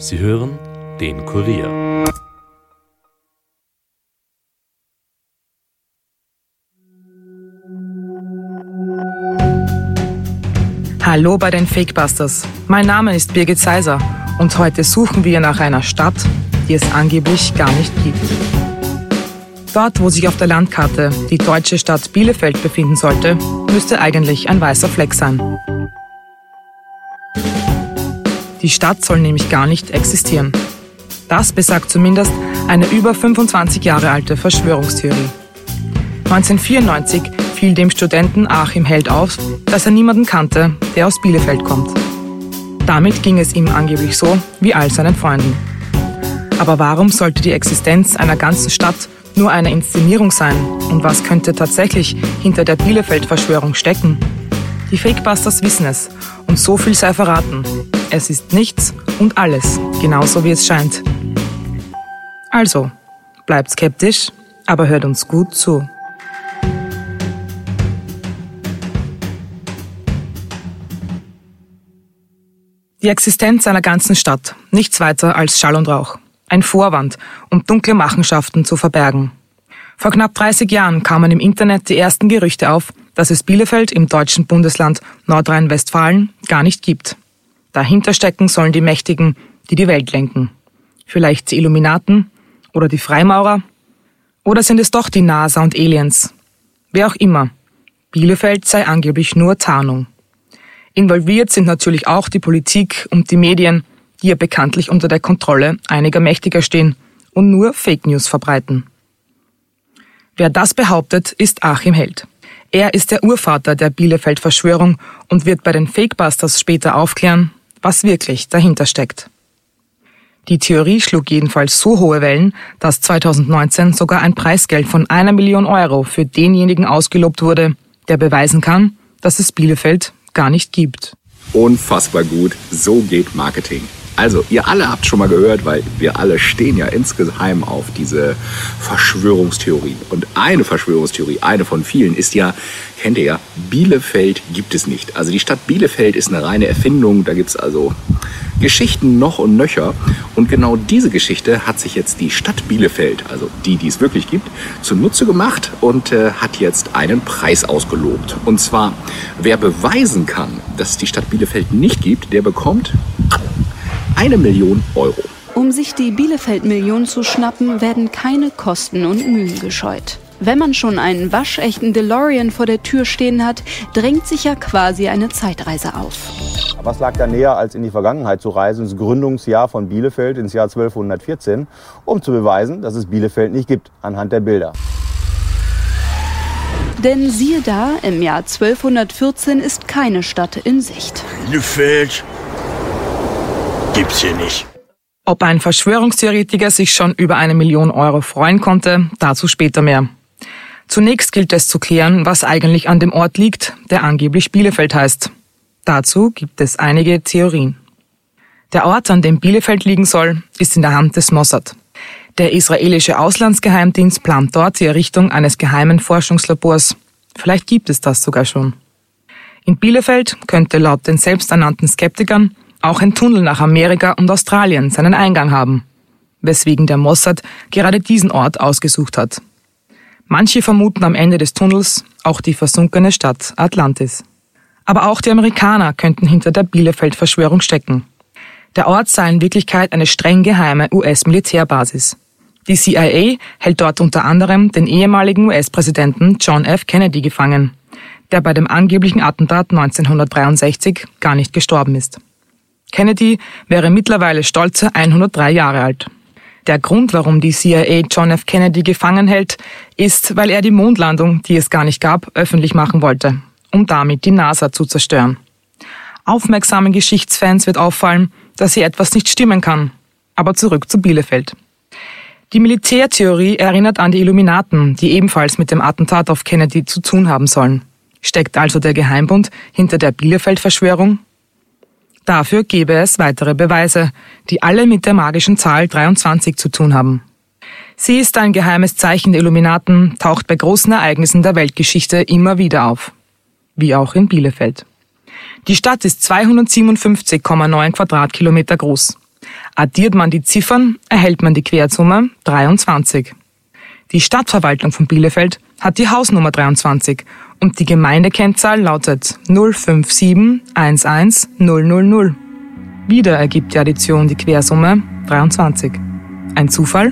Sie hören den Kurier. Hallo bei den Fakebusters. Mein Name ist Birgit Seiser und heute suchen wir nach einer Stadt, die es angeblich gar nicht gibt. Dort, wo sich auf der Landkarte die deutsche Stadt Bielefeld befinden sollte, müsste eigentlich ein weißer Fleck sein. Die Stadt soll nämlich gar nicht existieren. Das besagt zumindest eine über 25 Jahre alte Verschwörungstheorie. 1994 fiel dem Studenten Achim Held auf, dass er niemanden kannte, der aus Bielefeld kommt. Damit ging es ihm angeblich so wie all seinen Freunden. Aber warum sollte die Existenz einer ganzen Stadt nur eine Inszenierung sein? Und was könnte tatsächlich hinter der Bielefeld-Verschwörung stecken? Die Fakebusters wissen es und so viel sei verraten. Es ist nichts und alles, genauso wie es scheint. Also, bleibt skeptisch, aber hört uns gut zu. Die Existenz einer ganzen Stadt, nichts weiter als Schall und Rauch. Ein Vorwand, um dunkle Machenschaften zu verbergen. Vor knapp 30 Jahren kamen im Internet die ersten Gerüchte auf, dass es Bielefeld im deutschen Bundesland Nordrhein-Westfalen gar nicht gibt. Dahinter stecken sollen die Mächtigen, die die Welt lenken. Vielleicht die Illuminaten oder die Freimaurer? Oder sind es doch die NASA und Aliens? Wer auch immer. Bielefeld sei angeblich nur Tarnung. Involviert sind natürlich auch die Politik und die Medien, die ja bekanntlich unter der Kontrolle einiger Mächtiger stehen und nur Fake News verbreiten. Wer das behauptet, ist Achim Held. Er ist der Urvater der Bielefeld-Verschwörung und wird bei den Fakebusters später aufklären, was wirklich dahinter steckt. Die Theorie schlug jedenfalls so hohe Wellen, dass 2019 sogar ein Preisgeld von 1 Million Euro für denjenigen ausgelobt wurde, der beweisen kann, dass es Bielefeld gar nicht gibt. Unfassbar gut, so geht Marketing. Also, ihr alle habt schon mal gehört, weil wir alle stehen ja insgeheim auf diese Verschwörungstheorien. Und eine Verschwörungstheorie, eine von vielen, ist ja, kennt ihr ja, Bielefeld gibt es nicht. Also die Stadt Bielefeld ist eine reine Erfindung, da gibt's also Geschichten noch und nöcher. Und genau diese Geschichte hat sich jetzt die Stadt Bielefeld, also die es wirklich gibt, zunutze gemacht und hat jetzt einen Preis ausgelobt. Und zwar, wer beweisen kann, dass es die Stadt Bielefeld nicht gibt, der bekommt 1 Million Euro. Um sich die Bielefeld-Million zu schnappen, werden keine Kosten und Mühen gescheut. Wenn man schon einen waschechten DeLorean vor der Tür stehen hat, drängt sich ja quasi eine Zeitreise auf. Was lag da näher, als in die Vergangenheit zu reisen, ins Gründungsjahr von Bielefeld, ins Jahr 1214, um zu beweisen, dass es Bielefeld nicht gibt, anhand der Bilder. Denn siehe da, im Jahr 1214 ist keine Stadt in Sicht. Bielefeld gibt's hier nicht. Ob ein Verschwörungstheoretiker sich schon über 1 Million Euro freuen konnte, dazu später mehr. Zunächst gilt es zu klären, was eigentlich an dem Ort liegt, der angeblich Bielefeld heißt. Dazu gibt es einige Theorien. Der Ort, an dem Bielefeld liegen soll, ist in der Hand des Mossad. Der israelische Auslandsgeheimdienst plant dort die Errichtung eines geheimen Forschungslabors. Vielleicht gibt es das sogar schon. In Bielefeld könnte laut den selbsternannten Skeptikern auch ein Tunnel nach Amerika und Australien seinen Eingang haben, weswegen der Mossad gerade diesen Ort ausgesucht hat. Manche vermuten am Ende des Tunnels auch die versunkene Stadt Atlantis. Aber auch die Amerikaner könnten hinter der Bielefeld-Verschwörung stecken. Der Ort sei in Wirklichkeit eine streng geheime US-Militärbasis. Die CIA hält dort unter anderem den ehemaligen US-Präsidenten John F. Kennedy gefangen, der bei dem angeblichen Attentat 1963 gar nicht gestorben ist. Kennedy wäre mittlerweile stolze 103 Jahre alt. Der Grund, warum die CIA John F. Kennedy gefangen hält, ist, weil er die Mondlandung, die es gar nicht gab, öffentlich machen wollte, um damit die NASA zu zerstören. Aufmerksamen Geschichtsfans wird auffallen, dass hier etwas nicht stimmen kann. Aber zurück zu Bielefeld. Die Militärtheorie erinnert an die Illuminaten, die ebenfalls mit dem Attentat auf Kennedy zu tun haben sollen. Steckt also der Geheimbund hinter der Bielefeld-Verschwörung? Dafür gäbe es weitere Beweise, die alle mit der magischen Zahl 23 zu tun haben. Sie ist ein geheimes Zeichen der Illuminaten, taucht bei großen Ereignissen der Weltgeschichte immer wieder auf. Wie auch in Bielefeld. Die Stadt ist 257,9 Quadratkilometer groß. Addiert man die Ziffern, erhält man die Quersumme 23. Die Stadtverwaltung von Bielefeld hat die Hausnummer 23 und die Gemeindekennzahl lautet 05711 Wieder ergibt die Addition die Quersumme 23. Ein Zufall?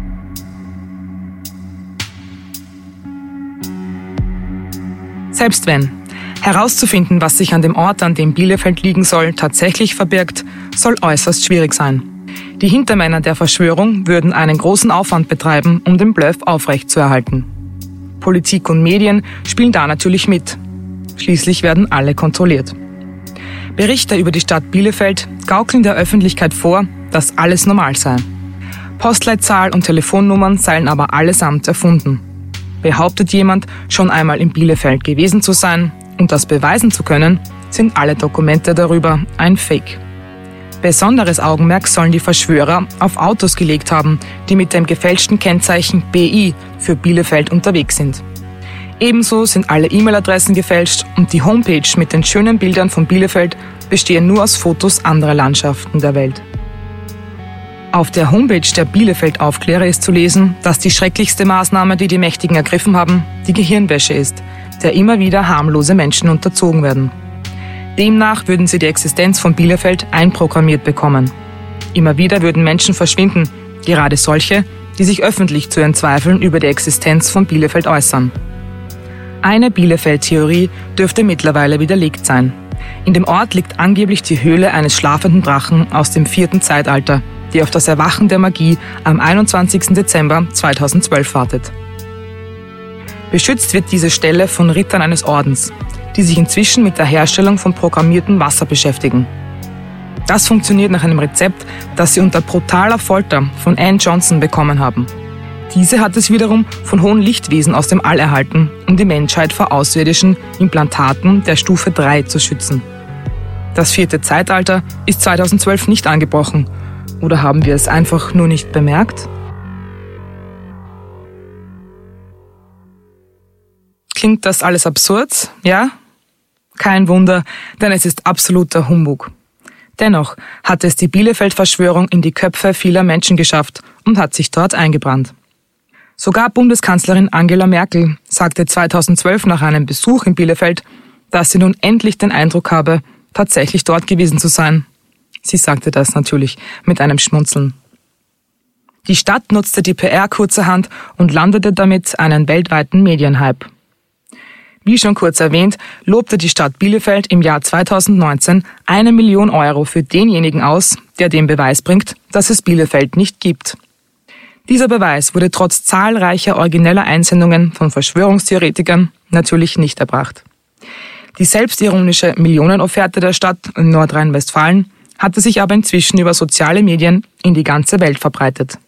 Selbst wenn. Herauszufinden, was sich an dem Ort, an dem Bielefeld liegen soll, tatsächlich verbirgt, soll äußerst schwierig sein. Die Hintermänner der Verschwörung würden einen großen Aufwand betreiben, um den Bluff aufrechtzuerhalten. Politik und Medien spielen da natürlich mit. Schließlich werden alle kontrolliert. Berichte über die Stadt Bielefeld gaukeln der Öffentlichkeit vor, dass alles normal sei. Postleitzahl und Telefonnummern seien aber allesamt erfunden. Behauptet jemand, schon einmal in Bielefeld gewesen zu sein und das beweisen zu können, sind alle Dokumente darüber ein Fake. Besonderes Augenmerk sollen die Verschwörer auf Autos gelegt haben, die mit dem gefälschten Kennzeichen BI für Bielefeld unterwegs sind. Ebenso sind alle E-Mail-Adressen gefälscht und die Homepage mit den schönen Bildern von Bielefeld bestehen nur aus Fotos anderer Landschaften der Welt. Auf der Homepage der Bielefeld-Aufklärer ist zu lesen, dass die schrecklichste Maßnahme, die die Mächtigen ergriffen haben, die Gehirnwäsche ist, der immer wieder harmlose Menschen unterzogen werden. Demnach würden sie die Existenz von Bielefeld einprogrammiert bekommen. Immer wieder würden Menschen verschwinden, gerade solche, die sich öffentlich zu ihren Zweifeln über die Existenz von Bielefeld äußern. Eine Bielefeld-Theorie dürfte mittlerweile widerlegt sein. In dem Ort liegt angeblich die Höhle eines schlafenden Drachen aus dem 4. Zeitalter, die auf das Erwachen der Magie am 21. Dezember 2012 wartet. Beschützt wird diese Stelle von Rittern eines Ordens, die sich inzwischen mit der Herstellung von programmiertem Wasser beschäftigen. Das funktioniert nach einem Rezept, das sie unter brutaler Folter von Anne Johnson bekommen haben. Diese hat es wiederum von hohen Lichtwesen aus dem All erhalten, um die Menschheit vor außerirdischen Implantaten der Stufe 3 zu schützen. Das 4. Zeitalter ist 2012 nicht angebrochen. Oder haben wir es einfach nur nicht bemerkt? Klingt das alles absurd? Ja? Kein Wunder, denn es ist absoluter Humbug. Dennoch hat es die Bielefeld-Verschwörung in die Köpfe vieler Menschen geschafft und hat sich dort eingebrannt. Sogar Bundeskanzlerin Angela Merkel sagte 2012 nach einem Besuch in Bielefeld, dass sie nun endlich den Eindruck habe, tatsächlich dort gewesen zu sein. Sie sagte das natürlich mit einem Schmunzeln. Die Stadt nutzte die PR kurzerhand und landete damit einen weltweiten Medienhype. Wie schon kurz erwähnt, lobte die Stadt Bielefeld im Jahr 2019 1 Million Euro für denjenigen aus, der den Beweis bringt, dass es Bielefeld nicht gibt. Dieser Beweis wurde trotz zahlreicher origineller Einsendungen von Verschwörungstheoretikern natürlich nicht erbracht. Die selbstironische Millionenofferte der Stadt in Nordrhein-Westfalen hatte sich aber inzwischen über soziale Medien in die ganze Welt verbreitet.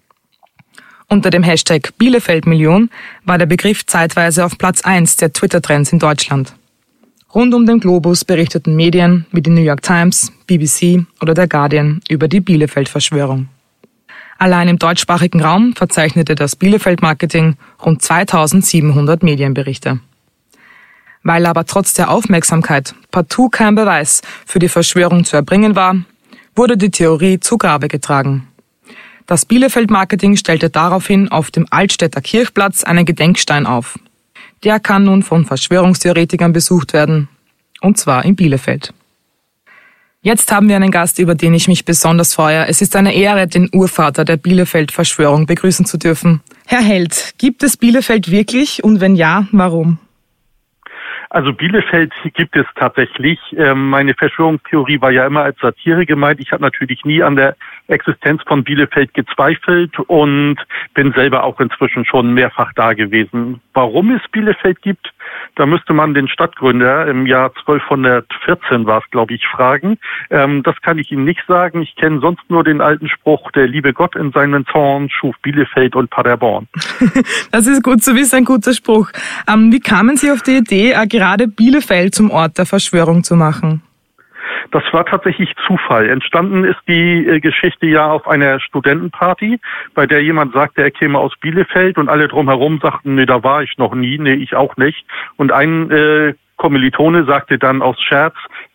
Unter dem Hashtag Bielefeld-Million war der Begriff zeitweise auf Platz 1 der Twitter-Trends in Deutschland. Rund um den Globus berichteten Medien wie die New York Times, BBC oder der Guardian über die Bielefeld-Verschwörung. Allein im deutschsprachigen Raum verzeichnete das Bielefeld-Marketing rund 2700 Medienberichte. Weil aber trotz der Aufmerksamkeit partout kein Beweis für die Verschwörung zu erbringen war, wurde die Theorie zu Grabe getragen. Das Bielefeld-Marketing stellte daraufhin auf dem Altstädter Kirchplatz einen Gedenkstein auf. Der kann nun von Verschwörungstheoretikern besucht werden, und zwar in Bielefeld. Jetzt haben wir einen Gast, über den ich mich besonders freue. Es ist eine Ehre, den Urvater der Bielefeld-Verschwörung begrüßen zu dürfen. Herr Held, gibt es Bielefeld wirklich und wenn ja, warum? Also Bielefeld gibt es tatsächlich. Meine Verschwörungstheorie war ja immer als Satire gemeint. Ich habe natürlich nie an der Existenz von Bielefeld gezweifelt und bin selber auch inzwischen schon mehrfach da gewesen. Warum es Bielefeld gibt, da müsste man den Stadtgründer im Jahr 1214 war es, glaube ich, fragen. Das kann ich Ihnen nicht sagen. Ich kenne sonst nur den alten Spruch, der liebe Gott in seinen Zorn schuf Bielefeld und Paderborn. Das ist gut zu wissen, ein guter Spruch. Wie kamen Sie auf die Idee, gerade Bielefeld zum Ort der Verschwörung zu machen? Das war tatsächlich Zufall. Entstanden ist die Geschichte ja auf einer Studentenparty, bei der jemand sagte, er käme aus Bielefeld und alle drumherum sagten, nee, da war ich noch nie, nee, ich auch nicht. Und ein Kommilitone sagte dann aus Scherz,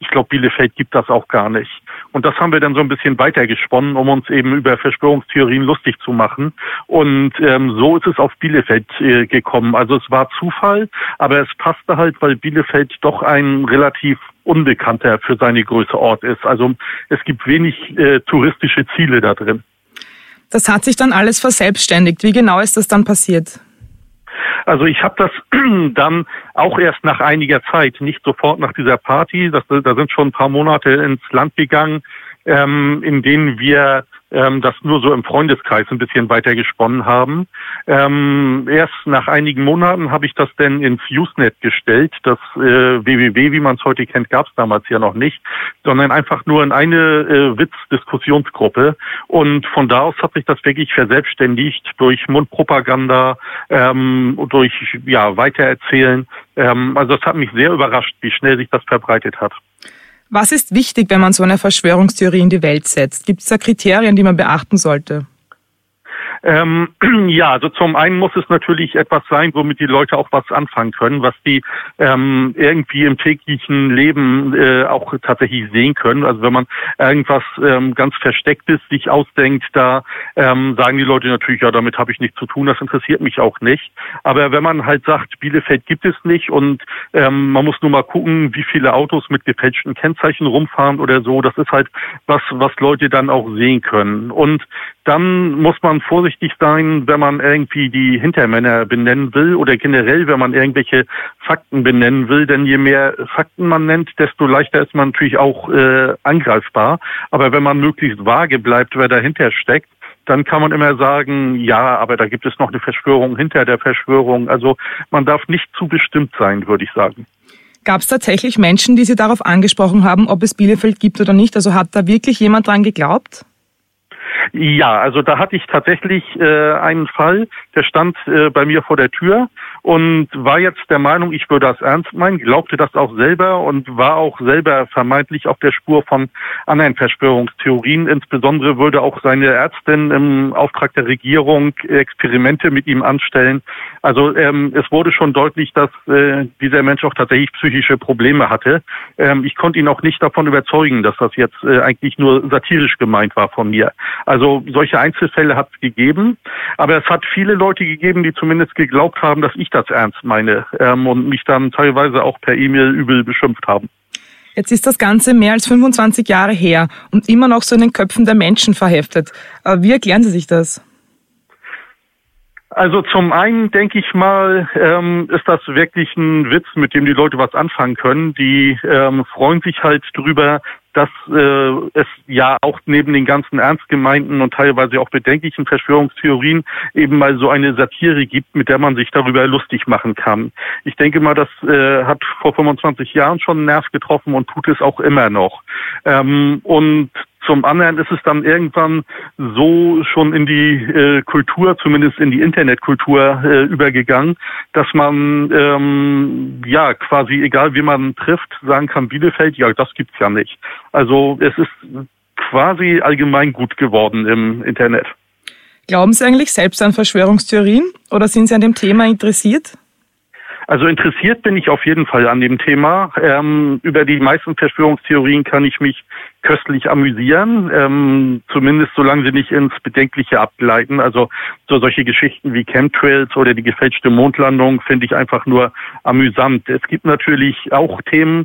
ich glaube, Bielefeld gibt das auch gar nicht. Und das haben wir dann so ein bisschen weitergesponnen, um uns eben über Verschwörungstheorien lustig zu machen. Und so ist es auf Bielefeld gekommen. Also es war Zufall, aber es passte halt, weil Bielefeld doch ein relativ unbekannter für seine Größe Ort ist. Also es gibt wenig touristische Ziele da drin. Das hat sich dann alles verselbstständigt. Wie genau ist das dann passiert? Also ich habe das dann auch erst nach einiger Zeit, nicht sofort nach dieser Party, da sind schon ein paar Monate ins Land gegangen, in denen wir das nur so im Freundeskreis ein bisschen weiter gesponnen haben. Erst nach einigen Monaten habe ich das dann ins Usenet gestellt. Das www, wie man es heute kennt, gab es damals ja noch nicht, sondern einfach nur in eine Witz-Diskussionsgruppe. Und von da aus hat sich das wirklich verselbstständigt durch Mundpropaganda, durch Weitererzählen. Also das hat mich sehr überrascht, wie schnell sich das verbreitet hat. Was ist wichtig, wenn man so eine Verschwörungstheorie in die Welt setzt? Gibt es da Kriterien, die man beachten sollte? Also zum einen muss es natürlich etwas sein, womit die Leute auch was anfangen können, was die irgendwie im täglichen Leben auch tatsächlich sehen können. Also wenn man irgendwas ganz Verstecktes sich ausdenkt, da sagen die Leute natürlich, ja, damit habe ich nichts zu tun, das interessiert mich auch nicht. Aber wenn man halt sagt, Bielefeld gibt es nicht und man muss nur mal gucken, wie viele Autos mit gefälschten Kennzeichen rumfahren oder so, das ist halt was Leute dann auch sehen können. Und dann muss man vorsichtig sein, wenn man irgendwie die Hintermänner benennen will oder generell, wenn man irgendwelche Fakten benennen will. Denn je mehr Fakten man nennt, desto leichter ist man natürlich auch angreifbar. Aber wenn man möglichst vage bleibt, wer dahinter steckt, dann kann man immer sagen, ja, aber da gibt es noch eine Verschwörung hinter der Verschwörung. Also man darf nicht zu bestimmt sein, würde ich sagen. Gab es tatsächlich Menschen, die Sie darauf angesprochen haben, ob es Bielefeld gibt oder nicht? Also hat da wirklich jemand dran geglaubt? Ja, also da hatte ich tatsächlich einen Fall, der stand bei mir vor der Tür und war jetzt der Meinung, ich würde das ernst meinen, glaubte das auch selber und war auch selber vermeintlich auf der Spur von anderen Verschwörungstheorien. Insbesondere würde auch seine Ärztin im Auftrag der Regierung Experimente mit ihm anstellen. Also es wurde schon deutlich, dass dieser Mensch auch tatsächlich psychische Probleme hatte. Ich konnte ihn auch nicht davon überzeugen, dass das jetzt eigentlich nur satirisch gemeint war von mir. Also solche Einzelfälle hat es gegeben, aber es hat viele Leute gegeben, die zumindest geglaubt haben, dass ich das ernst meine und mich dann teilweise auch per E-Mail übel beschimpft haben. Jetzt ist das Ganze mehr als 25 Jahre her und immer noch so in den Köpfen der Menschen verheftet. Wie erklären Sie sich das? Also zum einen denke ich mal, ist das wirklich ein Witz, mit dem die Leute was anfangen können. Die freuen sich halt drüber, dass es ja auch neben den ganzen ernst gemeinten und teilweise auch bedenklichen Verschwörungstheorien eben mal so eine Satire gibt, mit der man sich darüber lustig machen kann. Ich denke mal, das hat vor 25 Jahren schon einen Nerv getroffen und tut es auch immer noch. Und zum anderen ist es dann irgendwann so schon in die Kultur, zumindest in die Internetkultur übergegangen, dass man quasi, egal wie man trifft, sagen kann, Bielefeld, ja, das gibt's ja nicht. Also es ist quasi allgemein gut geworden im Internet. Glauben Sie eigentlich selbst an Verschwörungstheorien oder sind Sie an dem Thema interessiert? Also interessiert bin ich auf jeden Fall an dem Thema. Über die meisten Verschwörungstheorien kann ich mich köstlich amüsieren, zumindest solange sie nicht ins Bedenkliche abgleiten. Also so solche Geschichten wie Chemtrails oder die gefälschte Mondlandung finde ich einfach nur amüsant. Es gibt natürlich auch Themen,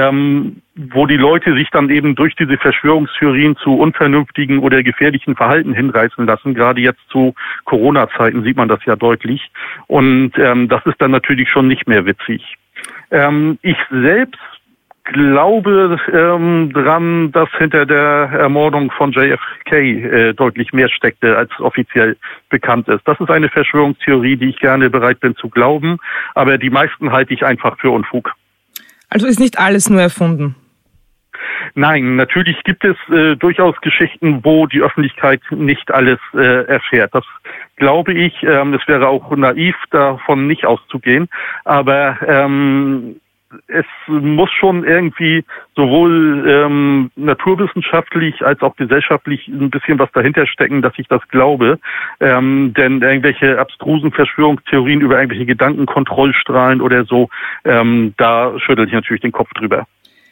wo die Leute sich dann eben durch diese Verschwörungstheorien zu unvernünftigen oder gefährlichen Verhalten hinreißen lassen. Gerade jetzt zu Corona-Zeiten sieht man das ja deutlich. Und das ist dann natürlich schon nicht mehr witzig. Ich selbst glaube dran, dass hinter der Ermordung von JFK deutlich mehr steckte, als offiziell bekannt ist. Das ist eine Verschwörungstheorie, die ich gerne bereit bin zu glauben, aber die meisten halte ich einfach für Unfug. Also ist nicht alles nur erfunden? Nein, natürlich gibt es durchaus Geschichten, wo die Öffentlichkeit nicht alles erfährt. Das glaube ich. Es wäre auch naiv, davon nicht auszugehen. Aber es muss schon irgendwie sowohl naturwissenschaftlich als auch gesellschaftlich ein bisschen was dahinter stecken, dass ich das glaube. Denn irgendwelche abstrusen Verschwörungstheorien über irgendwelche Gedankenkontrollstrahlen oder so, da schüttel ich natürlich den Kopf drüber.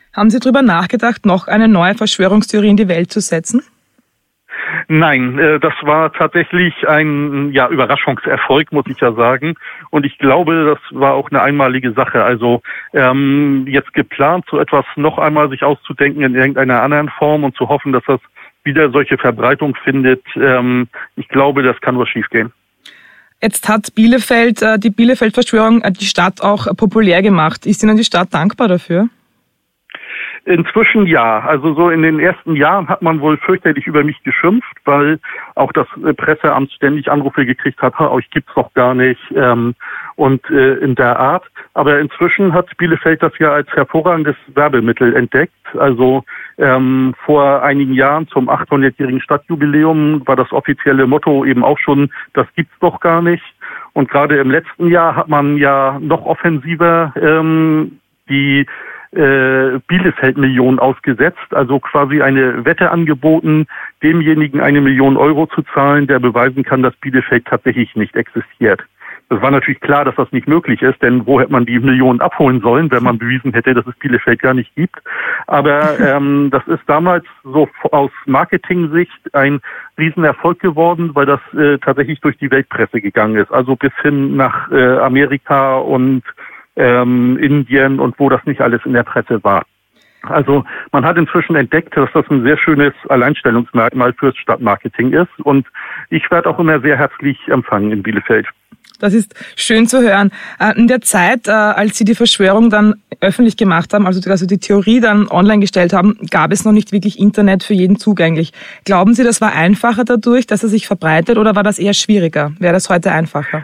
Haben Sie darüber nachgedacht, noch eine neue Verschwörungstheorie in die Welt zu setzen? Nein, das war tatsächlich ein Überraschungserfolg, muss ich ja sagen. Und ich glaube, das war auch eine einmalige Sache. Also jetzt geplant, so etwas noch einmal sich auszudenken in irgendeiner anderen Form und zu hoffen, dass das wieder solche Verbreitung findet. Ich glaube, das kann nur schiefgehen. Jetzt hat Bielefeld, die Bielefeld-Verschwörung, die Stadt auch populär gemacht. Ist Ihnen die Stadt dankbar dafür? Inzwischen ja. Also so in den ersten Jahren hat man wohl fürchterlich über mich geschimpft, weil auch das Presseamt ständig Anrufe gekriegt hat, euch gibt's doch gar nicht und in der Art. Aber inzwischen hat Bielefeld das ja als hervorragendes Werbemittel entdeckt. Also vor einigen Jahren zum 800-jährigen Stadtjubiläum war das offizielle Motto eben auch schon, das gibt's doch gar nicht. Und gerade im letzten Jahr hat man ja noch offensiver die Bielefeld-Million ausgesetzt, also quasi eine Wette angeboten, demjenigen 1 Million Euro zu zahlen, der beweisen kann, dass Bielefeld tatsächlich nicht existiert. Das war natürlich klar, dass das nicht möglich ist, denn wo hätte man die Millionen abholen sollen, wenn man bewiesen hätte, dass es Bielefeld gar nicht gibt. Aber das ist damals so aus Marketing-Sicht ein Riesenerfolg geworden, weil das tatsächlich durch die Weltpresse gegangen ist, also bis hin nach Amerika und Indien und wo das nicht alles in der Presse war. Also man hat inzwischen entdeckt, dass das ein sehr schönes Alleinstellungsmerkmal fürs Stadtmarketing ist und ich werde auch immer sehr herzlich empfangen in Bielefeld. Das ist schön zu hören. In der Zeit, als Sie die Verschwörung dann öffentlich gemacht haben, also die Theorie dann online gestellt haben, gab es noch nicht wirklich Internet für jeden zugänglich. Glauben Sie, das war einfacher dadurch, dass er sich verbreitet oder war das eher schwieriger? Wäre das heute einfacher?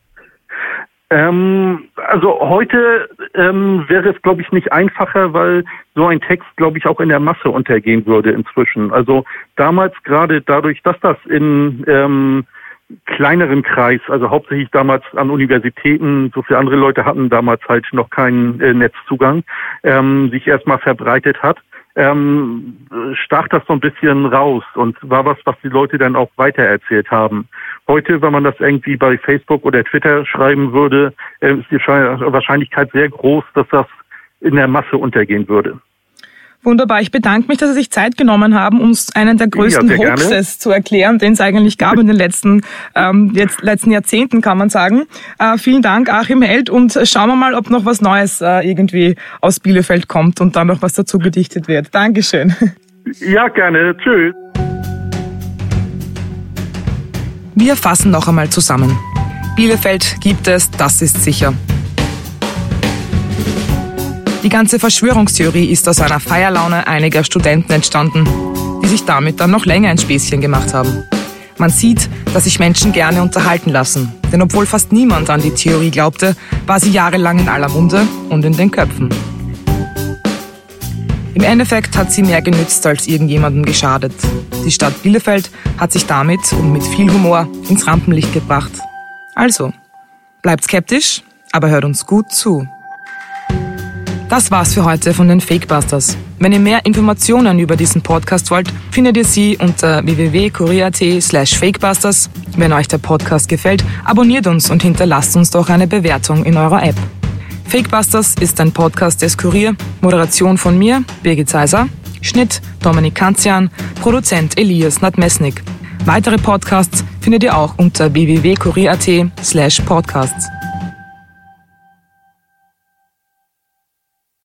Also heute wäre es, glaube ich, nicht einfacher, weil so ein Text, glaube ich, auch in der Masse untergehen würde inzwischen. Also damals gerade dadurch, dass das in kleineren Kreis, also hauptsächlich damals an Universitäten, so viele andere Leute hatten damals halt noch keinen Netzzugang, sich erstmal verbreitet hat, stach das so ein bisschen raus und war was die Leute dann auch weitererzählt haben. Heute, wenn man das irgendwie bei Facebook oder Twitter schreiben würde, ist die Wahrscheinlichkeit sehr groß, dass das in der Masse untergehen würde. Wunderbar. Ich bedanke mich, dass Sie sich Zeit genommen haben, uns einen der größten Hoaxes zu erklären, den es eigentlich gab in den letzten Jahrzehnten, kann man sagen. Vielen Dank, Achim Held, und schauen wir mal, ob noch was Neues irgendwie aus Bielefeld kommt und dann noch was dazu gedichtet wird. Dankeschön. Ja, gerne. Tschüss. Wir fassen noch einmal zusammen. Bielefeld gibt es, das ist sicher. Die ganze Verschwörungstheorie ist aus einer Feierlaune einiger Studenten entstanden, die sich damit dann noch länger ein Späßchen gemacht haben. Man sieht, dass sich Menschen gerne unterhalten lassen, denn obwohl fast niemand an die Theorie glaubte, war sie jahrelang in aller Munde und in den Köpfen. Im Endeffekt hat sie mehr genützt als irgendjemandem geschadet. Die Stadt Bielefeld hat sich damit und mit viel Humor ins Rampenlicht gebracht. Also, bleibt skeptisch, aber hört uns gut zu. Das war's für heute von den Fakebusters. Wenn ihr mehr Informationen über diesen Podcast wollt, findet ihr sie unter www.kurier.at/fakebusters. Wenn euch der Podcast gefällt, abonniert uns und hinterlasst uns doch eine Bewertung in eurer App. Fakebusters ist ein Podcast des Kurier, Moderation von mir, Birgit Seiser, Schnitt Dominik Kanzian, Produzent Elias Nadmesnik. Weitere Podcasts findet ihr auch unter www.kurier.at/podcasts.